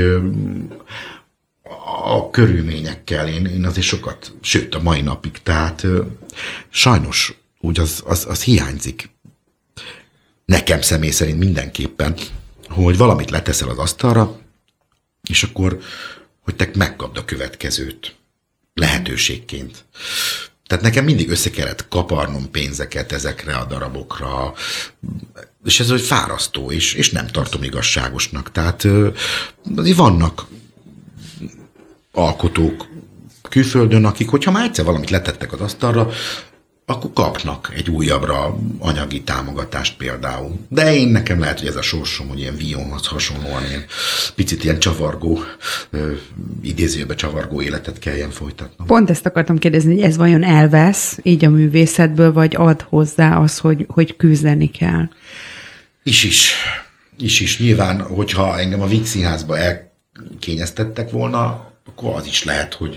a körülményekkel én, én azért sokat, sőt a mai napig, tehát sajnos úgy az, az, az hiányzik. Nekem személy szerint mindenképpen, hogy valamit leteszel az asztalra, és akkor, hogy te megkapd a következőt lehetőségként. Tehát nekem mindig össze kellett kaparnom pénzeket ezekre a darabokra, és ez hogy fárasztó, és, és nem tartom igazságosnak. Tehát azért vannak alkotók külföldön, akik, hogyha már egyszer valamit letettek az asztalra, akkor kapnak egy újabbra anyagi támogatást például. De én nekem lehet, hogy ez a sorsom, hogy ilyen Víjonhoz hasonlóan ilyen picit ilyen csavargó, idézőbe csavargó életet kelljen folytatnom. Pont ezt akartam kérdezni, hogy ez vajon elvesz így a művészetből, vagy ad hozzá az, hogy, hogy küzdeni kell? Is is. Is is. Nyilván, hogyha engem a Víg Színházba elkényeztettek volna, akkor az is lehet, hogy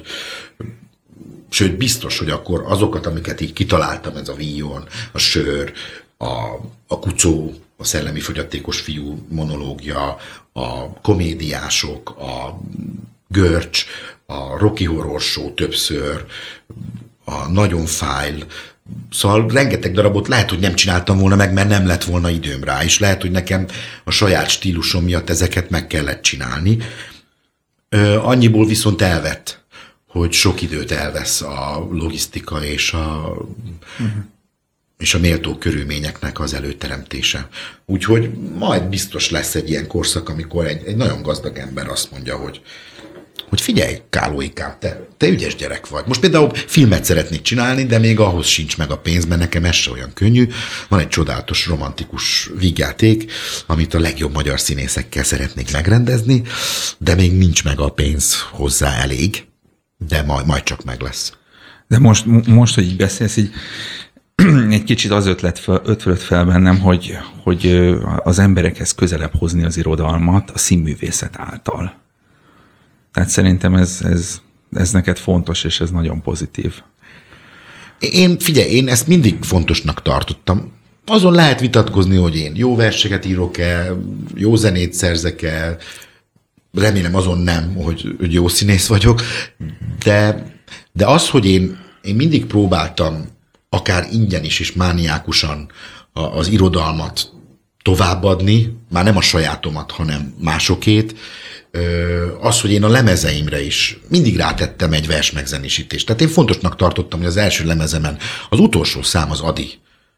sőt, biztos, hogy akkor azokat, amiket így kitaláltam, ez a Víjon, a Sör, a, a Kucó, a szellemi fogyatékos fiú monológia, a komédiások, a Görcs, a Rocky Horror Show többször, a Nagyon fájl, szóval rengeteg darabot lehet, hogy nem csináltam volna meg, mert nem lett volna időm rá, és lehet, hogy nekem a saját stílusom miatt ezeket meg kellett csinálni. Annyiból viszont elvett, hogy sok időt elvesz a logisztika és a, uh-huh. és a méltó körülményeknek az előteremtése. Úgyhogy majd biztos lesz egy ilyen korszak, amikor egy, egy nagyon gazdag ember azt mondja, hogy, hogy figyelj, Kálóikám, te, te ügyes gyerek vagy. Most például filmet szeretnék csinálni, de még ahhoz sincs meg a pénz, mert nekem ez se olyan könnyű. Van egy csodálatos, romantikus vígjáték, amit a legjobb magyar színészekkel szeretnék megrendezni, de még nincs meg a pénz hozzá elég. De majd, majd csak meg lesz. De most, most hogy így beszélsz, így egy kicsit az ötlet fel, ötlet fel bennem, hogy, hogy az emberekhez közelebb hozni az irodalmat a színművészet által. Tehát szerintem ez, ez, ez neked fontos, és ez nagyon pozitív. Én, figyelj, én ezt mindig fontosnak tartottam. Azon lehet vitatkozni, hogy én jó verseket írok-e, jó zenét szerzek-e, remélem azon nem, hogy, hogy jó színész vagyok, de, de az, hogy én, én mindig próbáltam akár ingyen is és mániákusan az irodalmat továbbadni, már nem a sajátomat, hanem másokét, az, hogy én a lemezeimre is mindig rátettem egy vers megzenésítést. Tehát én fontosnak tartottam, hogy az első lemezemen az utolsó szám az Adi.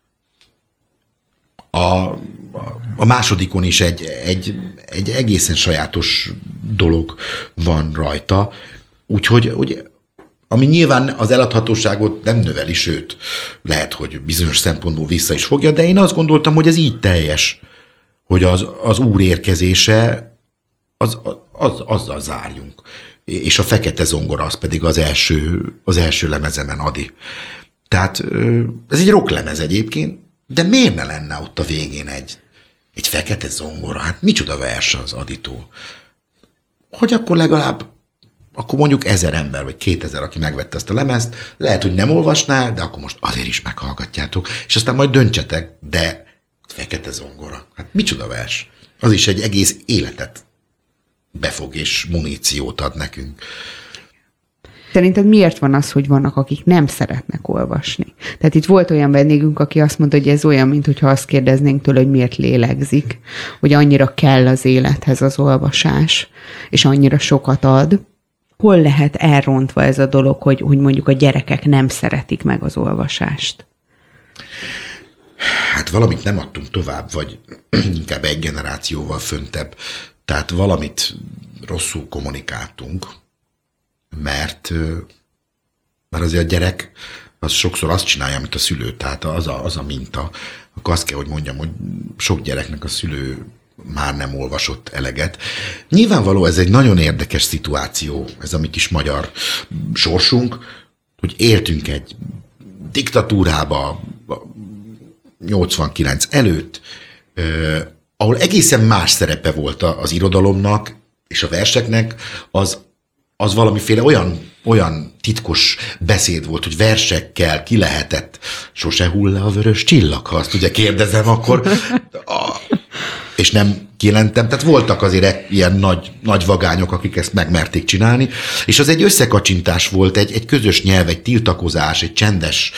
A, a másodikon is egy, egy, egy egészen sajátos dolog van rajta, úgyhogy hogy, ami nyilván az eladhatóságot nem növeli, sőt, lehet, hogy bizonyos szempontból vissza is fogja, de én azt gondoltam, hogy ez így teljes, hogy az, az Úr érkezése, az, az, azzal zárjunk. És a Fekete zongora az pedig az első, az első lemezemen Adi. Tehát ez egy rocklemez egyébként, de miért ne lenne ott a végén egy, egy fekete zongora? Hát micsoda vers az Aditól? Hogy akkor legalább, akkor mondjuk ezer ember, vagy kétezer, aki megvette ezt a lemezt, lehet, hogy nem olvasná, de akkor most azért is meghallgatjátok, és aztán majd döntsetek, de fekete zongora. Hát micsoda vers? Az is egy egész életet befog és muníciót ad nekünk. Szerinted miért van az, hogy vannak, akik nem szeretnek olvasni? Tehát itt volt olyan vendégünk, aki azt mondta, hogy ez olyan, mintha azt kérdeznénk tőle, hogy miért lélegzik, hogy annyira kell az élethez az olvasás, és annyira sokat ad. Hol lehet elrontva ez a dolog, hogy, hogy mondjuk a gyerekek nem szeretik meg az olvasást? Hát valamit nem adtunk tovább, vagy inkább egy generációval föntebb. Tehát valamit rosszul kommunikáltunk, mert, mert azért a gyerek az sokszor azt csinálja, amit a szülő, tehát az a, az a minta. Akkor azt kell, hogy mondjam, hogy sok gyereknek a szülő már nem olvasott eleget. Nyilvánvaló ez egy nagyon érdekes szituáció, ez a mi kis magyar sorsunk, hogy éltünk egy diktatúrába nyolcvankilenc előtt, eh, ahol egészen más szerepe volt az irodalomnak és a verseknek, az az valamiféle olyan, olyan titkos beszéd volt, hogy versekkel ki lehetett, sose hull le a vörös csillag, ha azt ugye kérdezem, akkor a, és nem kijelentem. Tehát voltak azért ilyen nagy, nagy vagányok, akik ezt megmerték csinálni, és az egy összekacsintás volt, egy, egy közös nyelv, egy tiltakozás, egy csendes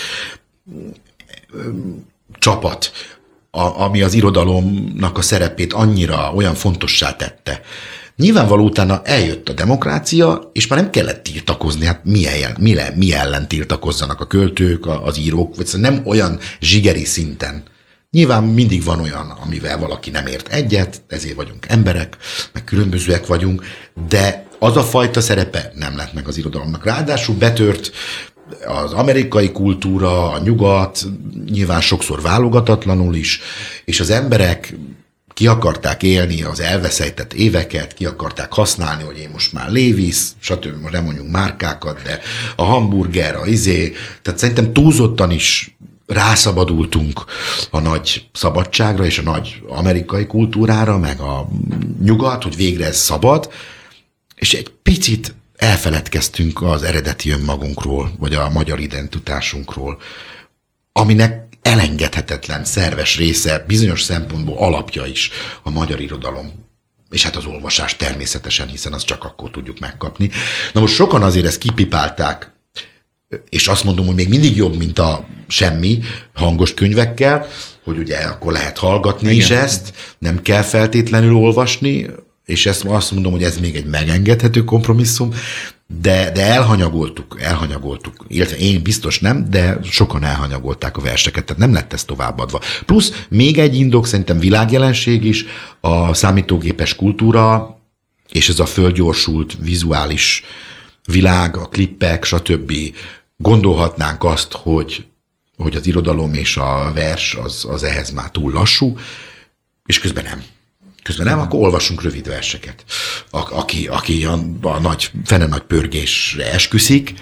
ö, csapat, a, ami az irodalomnak a szerepét annyira olyan fontossá tette. Nyilvánvaló utána eljött a demokrácia, és már nem kellett tiltakozni, hát mi ellen, mi, le, mi ellen tiltakozzanak a költők, az írók, vagy nem olyan zsigeri szinten. Nyilván mindig van olyan, amivel valaki nem ért egyet, ezért vagyunk emberek, meg különbözőek vagyunk, de az a fajta szerepe nem lett meg az irodalomnak. Ráadásul betört az amerikai kultúra, a nyugat, nyilván sokszor válogatatlanul is, és az emberek ki akarták élni az elveszejtett éveket, ki akarták használni, hogy én most már Levi's, stb. Most nem mondjuk márkákat, de a hamburger, a izé, tehát szerintem túlzottan is rászabadultunk a nagy szabadságra és a nagy amerikai kultúrára, meg a nyugat, hogy végre ez szabad, és egy picit elfeledkeztünk az eredeti önmagunkról, vagy a magyar identitásunkról, aminek elengedhetetlen szerves része, bizonyos szempontból alapja is a magyar irodalom. És hát az olvasás természetesen, hiszen azt csak akkor tudjuk megkapni. Na most sokan azért ezt kipipálták, és azt mondom, hogy még mindig jobb, mint a semmi hangos könyvekkel, hogy ugye akkor lehet hallgatni Igen. is ezt, nem kell feltétlenül olvasni, és ezt azt mondom, hogy ez még egy megengedhető kompromisszum, de, de elhanyagoltuk, elhanyagoltuk. Illetve én biztos nem, de sokan elhanyagolták a verseket, tehát nem lett ez továbbadva. Plusz még egy indok, szerintem világjelenség is, a számítógépes kultúra, és ez a fölgyorsult vizuális világ, a klippek, stb. Gondolhatnánk azt, hogy, hogy az irodalom és a vers az, az ehhez már túl lassú, és közben nem. Közben nem, akkor olvassunk rövid verseket. A, aki, aki a, a nagy, fene nagy pörgésre esküszik,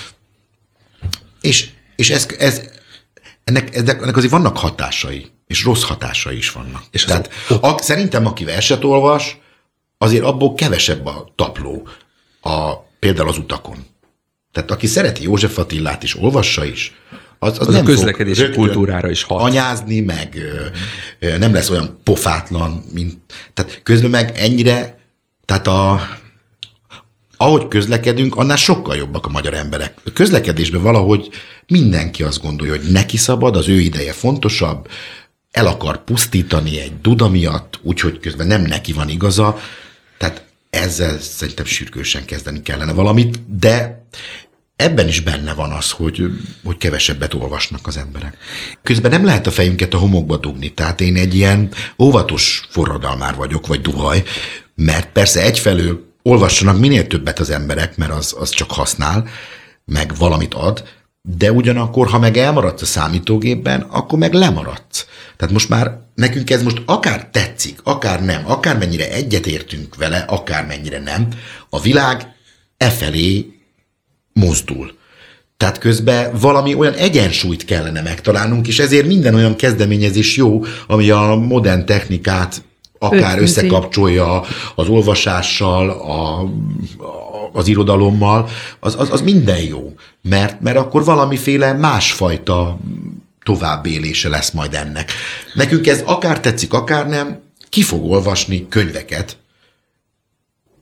és, és ez, ez, ennek, ennek azért vannak hatásai, és rossz hatásai is vannak. És Tehát a, szerintem, aki verset olvas, azért abból kevesebb a tapló, a, például az utakon. Tehát aki szereti József Attilát is, olvassa is, az, az, az nem a közlekedési kultúrára is hat. Anyázni, meg ö, nem lesz olyan pofátlan, mint... Tehát közben meg ennyire, tehát a, ahogy közlekedünk, annál sokkal jobbak a magyar emberek. A közlekedésben valahogy mindenki azt gondolja, hogy neki szabad, az ő ideje fontosabb, el akar pusztítani egy duda miatt, úgyhogy közben nem neki van igaza. Tehát ezzel szerintem sürgősen kezdeni kellene valamit, de ebben is benne van az, hogy, hogy kevesebbet olvasnak az emberek. Közben nem lehet a fejünket a homokba dugni, tehát én egy ilyen óvatos forradalmár vagyok, vagy duhaj, mert persze egyfelől olvassanak minél többet az emberek, mert az, az csak használ, meg valamit ad, de ugyanakkor, ha meg elmaradsz a számítógépben, akkor meg lemaradsz. Tehát most már nekünk ez most akár tetszik, akár nem, akármennyire egyetértünk vele, akármennyire nem, a világ e felé mozdul. Tehát közben valami olyan egyensúlyt kellene megtalálnunk, és ezért minden olyan kezdeményezés jó, ami a modern technikát akár Ötszínzi. összekapcsolja az olvasással, a, a, az irodalommal, az, az, az minden jó. Mert, mert akkor valamiféle másfajta továbbélése lesz majd ennek. Nekünk ez akár tetszik, akár nem, ki fog olvasni könyveket,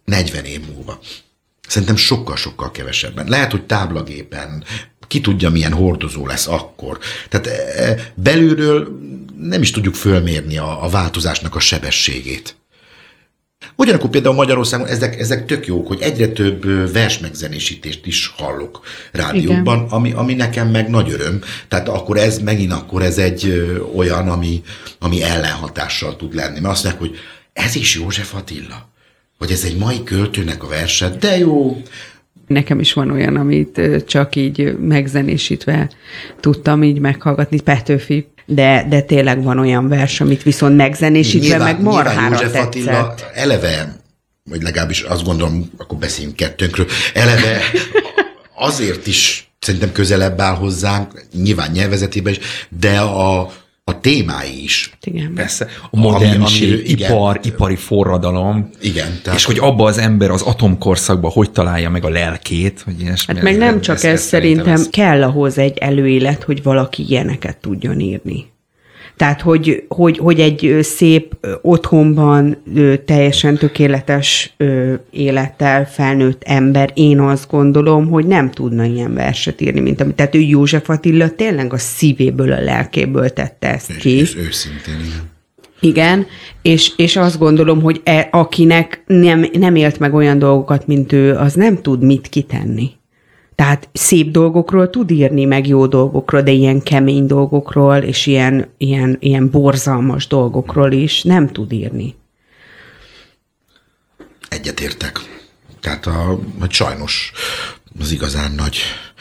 negyven év múlva. Szerintem sokkal-sokkal kevesebben. Lehet, hogy táblagépen, ki tudja, milyen hordozó lesz akkor. Tehát belülről nem is tudjuk fölmérni a, a változásnak a sebességét. Ugyanakkor például Magyarországon ezek, ezek tök jók, hogy egyre több versmegzenésítést is hallok rádióban, ami, ami nekem meg nagy öröm. Tehát akkor ez, megint akkor ez egy ö, olyan, ami, ami ellenhatással tud lenni. Mert azt mondják, hogy ez is József Attila, vagy ez egy mai költőnek a verse, de jó. Nekem is van olyan, amit csak így megzenésítve tudtam így meghallgatni, Petőfi, de, de tényleg van olyan vers, amit viszont megzenésítve nyilván, meg marhára József tetszett. Attila eleve, vagy legalábbis azt gondolom, akkor beszéljünk kettőnkről, eleve azért is szerintem közelebb áll hozzánk, nyilván nyelvezetében is, de a A témái is. Igen. Persze. A modernség, ami, ipar, igen, ipari forradalom. Igen. Tehát, és hogy abba az ember az atomkorszakban hogy találja meg a lelkét. Hogy ilyesmi, hát meg nem csak ez, ez szerintem ez... kell ahhoz egy előélet, hogy valaki ilyeneket tudjon írni. Tehát, hogy, hogy, hogy egy szép otthonban teljesen tökéletes élettel felnőtt ember, én azt gondolom, hogy nem tudna ilyen verset írni, mint amit. Tehát ő József Attila tényleg a szívéből, a lelkéből tette ezt és, ki. És őszintén, igen. Igen, és, és azt gondolom, hogy e, akinek nem, nem élt meg olyan dolgokat, mint ő, az nem tud mit kitenni. Tehát szép dolgokról tud írni, meg jó dolgokról, de ilyen kemény dolgokról, és ilyen, ilyen, ilyen borzalmas dolgokról is nem tud írni. Egyetértek. Tehát a, hogy sajnos az igazán nagy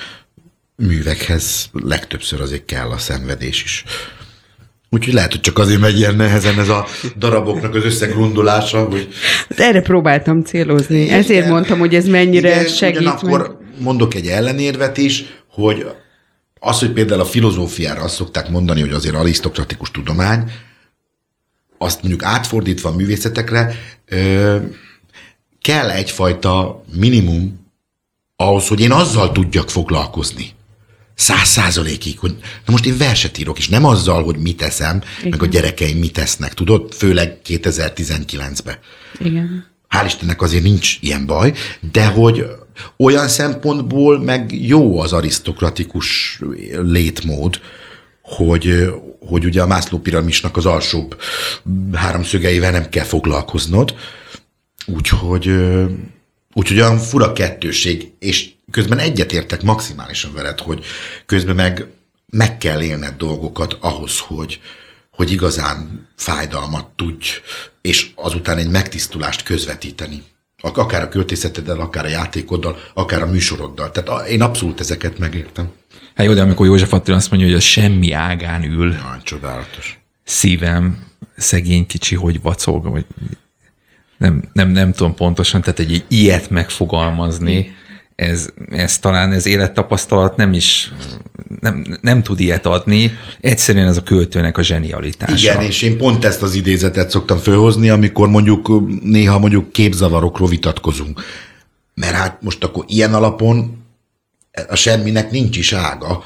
művekhez legtöbbször azért kell a szenvedés is. Úgyhogy lehet, hogy csak azért megy ilyen nehezen ez a daraboknak az összegrondolása, hogy... Erre próbáltam célozni. Igen, ezért mondtam, hogy ez mennyire igen, segít. Ugyanakkor meg. Mondok egy ellenérvet is, hogy az, hogy például a filozófiára azt szokták mondani, hogy azért arisztokratikus tudomány, azt mondjuk átfordítva a művészetekre, ö, kell egyfajta minimum ahhoz, hogy én azzal tudjak foglalkozni. Száz százalékig, hogy na most én verset írok, és nem azzal, hogy mit eszem, igen, meg a gyerekeim mit esznek, tudod? Főleg kétezer-tizenkilencben. Igen. Hál' Istennek azért nincs ilyen baj, de hogy olyan szempontból meg jó az arisztokratikus létmód, hogy, hogy ugye a Maslow piramisnak az alsóbb háromszögeivel nem kell foglalkoznod, úgyhogy, úgyhogy olyan fura kettőség, és közben egyetértek maximálisan veled, hogy közben meg, meg kell élned dolgokat ahhoz, hogy, hogy igazán fájdalmat tudj, és azután egy megtisztulást közvetíteni. Akár a költészeteddel, akár a játékoddal, akár a műsoroddal. Tehát én abszolút ezeket megértem. Hát jó, de amikor József Attila azt mondja, hogy a semmi ágán ül. Jaj, csodálatos. Szívem, szegény kicsi, hogy vacog, vagy nem, nem, nem tudom pontosan, tehát egy ilyet megfogalmazni, ez, ez talán ez élettapasztalat nem is, nem, nem tud ilyet adni, egyszerűen ez a költőnek a zsenialitása. Igen, és én pont ezt az idézetet szoktam fölhozni, amikor mondjuk néha mondjuk képzavarokról vitatkozunk. Mert hát most akkor ilyen alapon a semminek nincs is ága.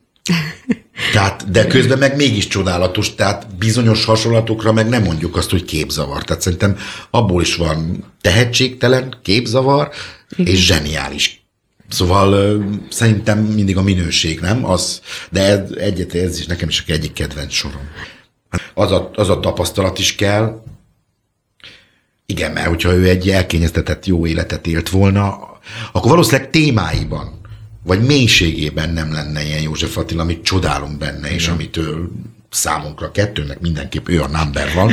Tehát, de közben meg mégis csodálatos, tehát bizonyos hasonlatokra meg nem mondjuk azt, hogy képzavar. Tehát szerintem abból is van tehetségtelen, képzavar, igen, és zseniális. Szóval uh, szerintem mindig a minőség, nem? Az, de ez, egyet, ez is nekem is egyik kedvenc sorom. Az a, az a tapasztalat is kell. Igen, mert hogyha ő egy elkényeztetett jó életet élt volna, akkor valószínűleg témáiban vagy mélységében nem lenne ilyen József Attila, amit csodálunk benne, igen, és amitől számunkra kettőnek mindenképp ő a number van.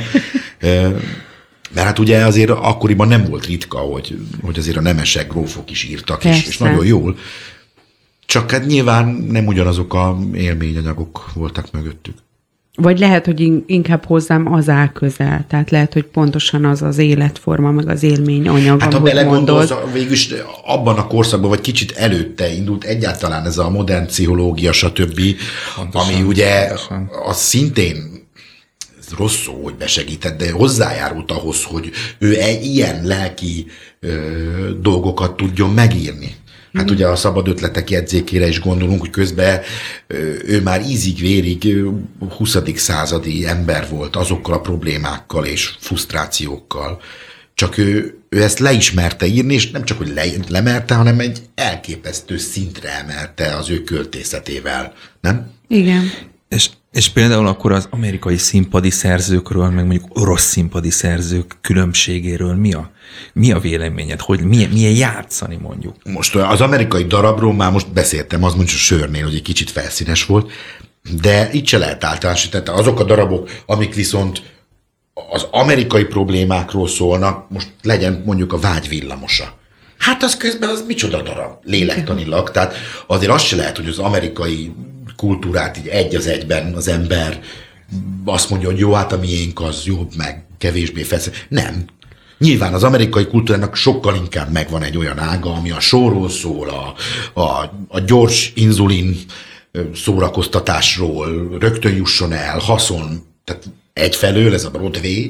Mert hát ugye azért akkoriban nem volt ritka, hogy, hogy azért a nemesek, grófok is írtak, és, és nagyon jól. Csak hát nyilván nem ugyanazok a élményanyagok voltak mögöttük. Vagy lehet, hogy inkább hozzám az áll közel. Tehát lehet, hogy pontosan az az életforma, meg az élmény anyag, hát ha belegondolsz, végülis abban a korszakban, vagy kicsit előtte indult egyáltalán ez a modern pszichológia, stb., pontosan, ami ugye pontosan. Az szintén rossz szó, hogy besegített, de hozzájárult ahhoz, hogy ő egy ilyen lelki ö, dolgokat tudjon megírni. Hát ugye a szabad ötletek jegyzékére is gondolunk, hogy közben ő már ízig-vérig huszadik századi ember volt azokkal a problémákkal és frusztrációkkal, csak ő, ő ezt leismerte írni, és nem csak, hogy le, lemerte, hanem egy elképesztő szintre emelte az ő költészetével, nem? Igen. És, és például akkor az amerikai színpadi szerzőkről, meg mondjuk orosz színpadi szerzők különbségéről mi a, mi a véleményed? Hogy milyen, milyen játszani mondjuk? Most az amerikai darabról már most beszéltem, az mondjuk a Sörnél, hogy egy kicsit felszínes volt, de itt se lehet általánosítani. Azok a darabok, amik viszont az amerikai problémákról szólnak, most legyen mondjuk a Vágy villamosa. Hát az közben az micsoda darab, lélektanilag. Tehát azért az se lehet, hogy az amerikai kultúrát így egy az egyben az ember azt mondja, hogy jó, hát a miénk az jobb, meg kevésbé felszínes. Nem. Nyilván az amerikai kultúrának sokkal inkább megvan egy olyan ága, ami a sóról szól, a, a, a gyors inzulin szórakoztatásról, rögtön jusson el, haszon, tehát egyfelől ez a Broadway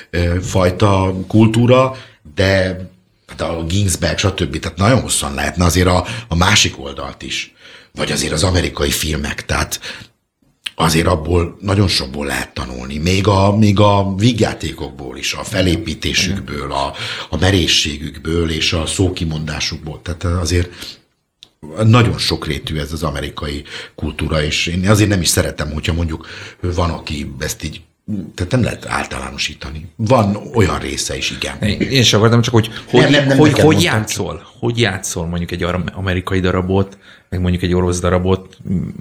fajta kultúra, de a Ginsberg, stb. Tehát nagyon hosszan lehetne azért a, a másik oldalt is. Vagy azért az amerikai filmek, tehát azért abból nagyon sokból lehet tanulni. Még a, még a vígjátékokból is, a felépítésükből, a, a merészségükből és a szókimondásukból. Tehát azért nagyon sokrétű ez az amerikai kultúra, és én azért nem is szeretem, hogyha mondjuk van, aki ezt így, tehát nem lehet általánosítani. Van olyan része is, igen. Én sem akartam, csak hogy hogy, nem, nem, nem hogy, hogy játszol? Hogy játszol mondjuk egy amerikai darabot, meg mondjuk egy orosz darabot?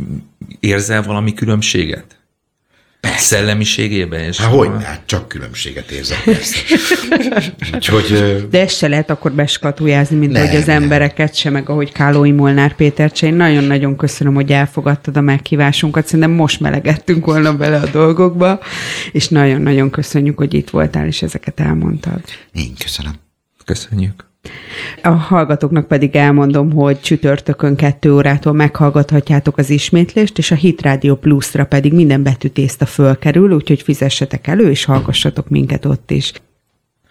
Érzel valami különbséget? Persze. Szellemiségében? És hát hogy? Hát csak különbséget érzek, persze. Úgyhogy, de ezt se lehet akkor beskatujázni, mint nem, ahogy az nem. embereket se, meg ahogy Kálói Molnár Péter se. Én nagyon-nagyon köszönöm, hogy elfogadtad a meghívásunkat. Szerintem most melegettünk volna bele a dolgokba, és nagyon-nagyon köszönjük, hogy itt voltál, és ezeket elmondtad. Én köszönöm. Köszönjük. A hallgatóknak pedig elmondom, hogy csütörtökön kettő órától meghallgathatjátok az ismétlést, és a Hit Radio Plus-ra pedig minden betűtészta fölkerül, úgyhogy fizessetek elő, és hallgassatok minket ott is.